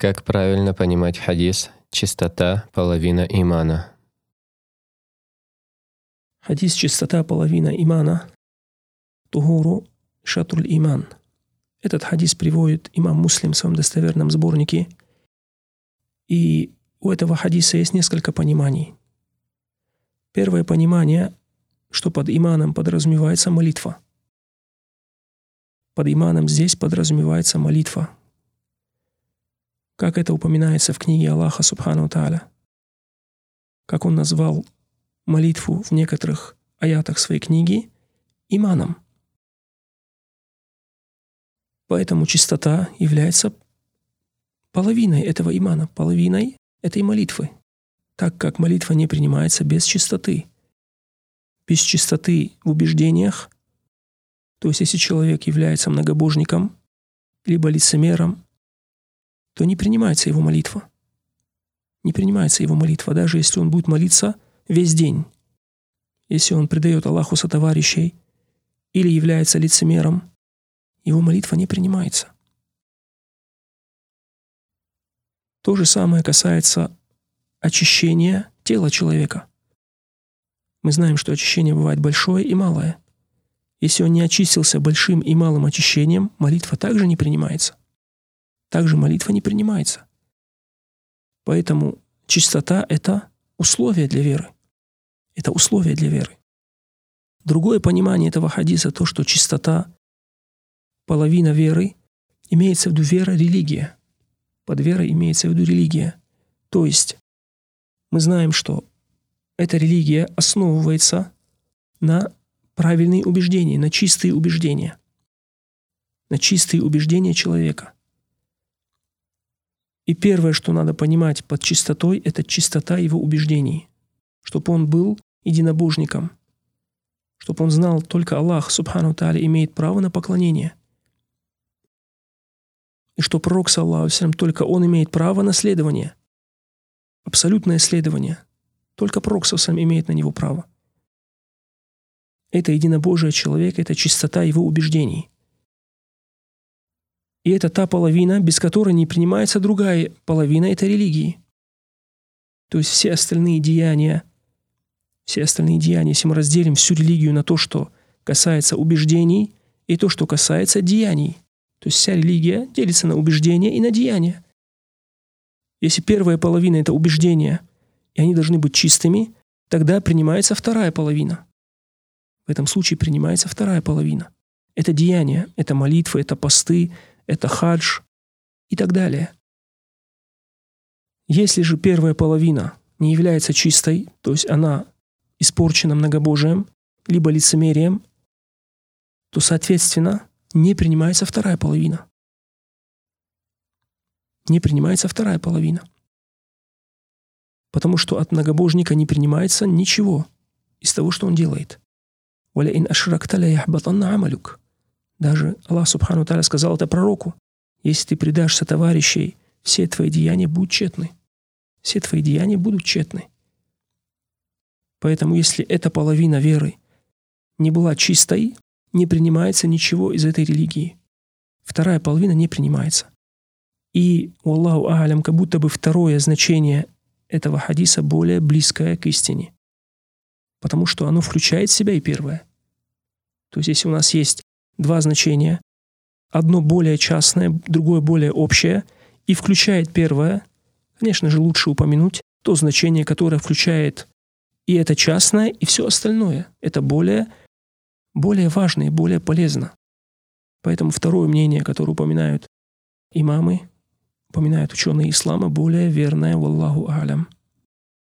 Как правильно понимать хадис «чистота – половина имана»? Хадис «чистота – половина имана» «Тухуру шатруль иман». Этот хадис приводит имам Муслим в своем достоверном сборнике. И у этого хадиса есть несколько пониманий. Первое понимание, что под иманом подразумевается молитва. Под иманом здесь подразумевается молитва. Как это упоминается в книге Аллаха Субхану Тааля. Как он назвал молитву в некоторых аятах своей книги иманом. Поэтому чистота является половиной этого имана, половиной этой молитвы, так как молитва не принимается без чистоты. Без чистоты в убеждениях, то есть если человек является многобожником, либо лицемером, то не принимается его молитва. Не принимается его молитва, даже если он будет молиться весь день. Если он предает Аллаху сотоварищей или является лицемером, его молитва не принимается. То же самое касается очищения тела человека. Мы знаем, что очищение бывает большое и малое. Если он не очистился большим и малым очищением, молитва также не принимается. Также молитва не принимается. Поэтому чистота – это условие для веры. Это условие для веры. Другое понимание этого хадиса – то, что чистота, половина веры, имеется в виду вера, религия. Под верой имеется в виду религия. То есть мы знаем, что эта религия основывается на правильные убеждения, на чистые убеждения. На чистые убеждения человека. И первое, что надо понимать под чистотой, это чистота его убеждений. Чтобы он был единобожником. Чтобы он знал, только Аллах, Субхану Тааля, имеет право на поклонение. И что пророк, саллаллаху алейхи ва саллям, только он имеет право на следование. Абсолютное следование. Только пророк, саллаллаху алейхи ва саллям, имеет на него право. Это единобожие человека, это чистота его убеждений. И это та половина, без которой не принимается другая половина этой религии. То есть все остальные деяния, если мы разделим всю религию на то, что касается убеждений, и то, что касается деяний. То есть вся религия делится на убеждения и на деяния. Если первая половина – это убеждения, и они должны быть чистыми, тогда принимается вторая половина. В этом случае принимается вторая половина. Это деяния, это молитвы, это посты, это хадж и так далее. Если же первая половина не является чистой, то есть она испорчена многобожием, либо лицемерием, то, соответственно, не принимается вторая половина. Не принимается вторая половина. Потому что от многобожника не принимается ничего из того, что он делает. وَلَئِنْ أَشْرَكْتَ لَيَحْبَطَنَّ عَمَلُكَ. Даже Аллах Субхану Тааля сказал это пророку. Если ты предашь сотоварищей, все твои деяния будут тщетны. Все твои деяния будут тщетны. Поэтому если эта половина веры не была чистой, не принимается ничего из этой религии. Вторая половина не принимается. И, Аллаху а'алям, как будто бы второе значение этого хадиса более близкое к истине. Потому что оно включает в себя и первое. То есть если у нас есть два значения, одно более частное, другое более общее, и включает первое, конечно же, лучше упомянуть то значение, которое включает и это частное, и все остальное. Это более важно и более полезно. Поэтому второе мнение, которое упоминают имамы, упоминают ученые ислама, более верное, валлаху а'алям.